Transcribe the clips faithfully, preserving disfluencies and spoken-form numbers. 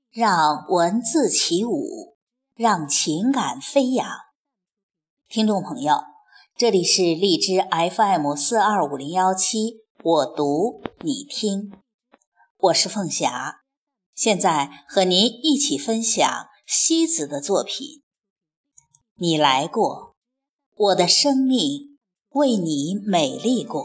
让文字起舞，让情感飞扬。听众朋友，这里是荔枝 F M 四二五零一七，我读你听，我是凤霞，现在和您一起分享西子的作品。你来过，我的生命为你美丽过。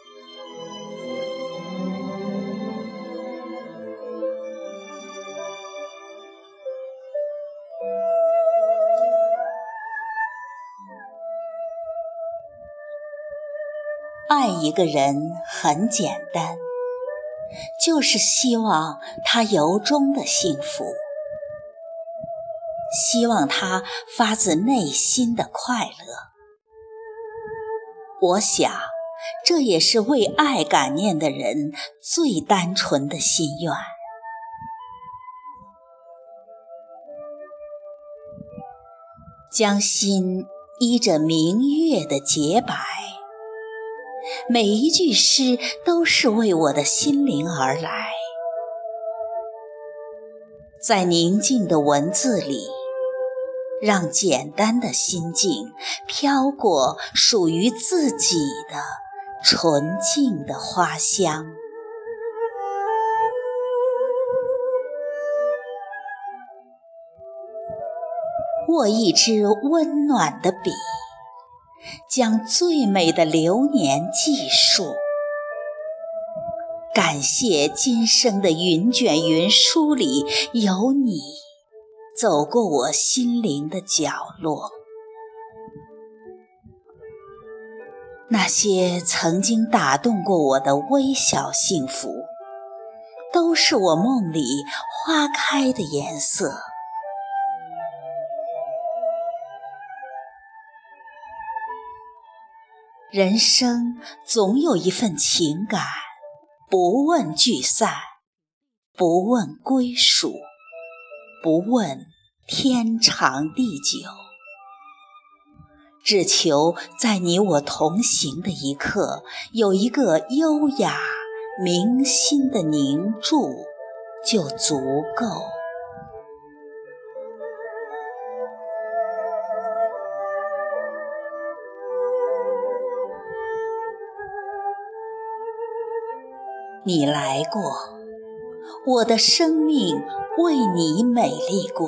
爱一个人很简单，就是希望他由衷的幸福，希望他发自内心的快乐。我想，这也是为爱感念的人最单纯的心愿。将心依着明月的洁白，每一句诗都是为我的心灵而来。在宁静的文字里，让简单的心境飘过属于自己的纯净的花香。握一支温暖的笔，将最美的流年记述。感谢今生的云卷云舒里有你走过我心灵的角落。那些曾经打动过我的微小幸福，都是我梦里花开的颜色。人生总有一份情感，不问聚散，不问归属，不问天长地久，只求在你我同行的一刻，有一个优雅铭心的凝注就足够。你来过，我的生命为你美丽过。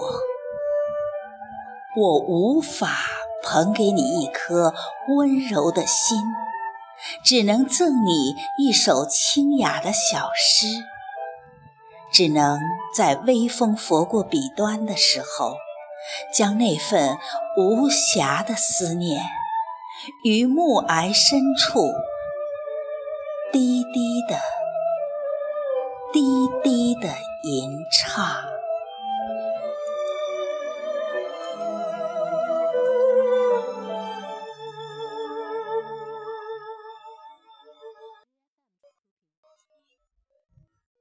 我无法捧给你一颗温柔的心，只能赠你一首清雅的小诗，只能在微风拂过笔端的时候，将那份无暇的思念，于暮霭深处低低的低低的吟唱。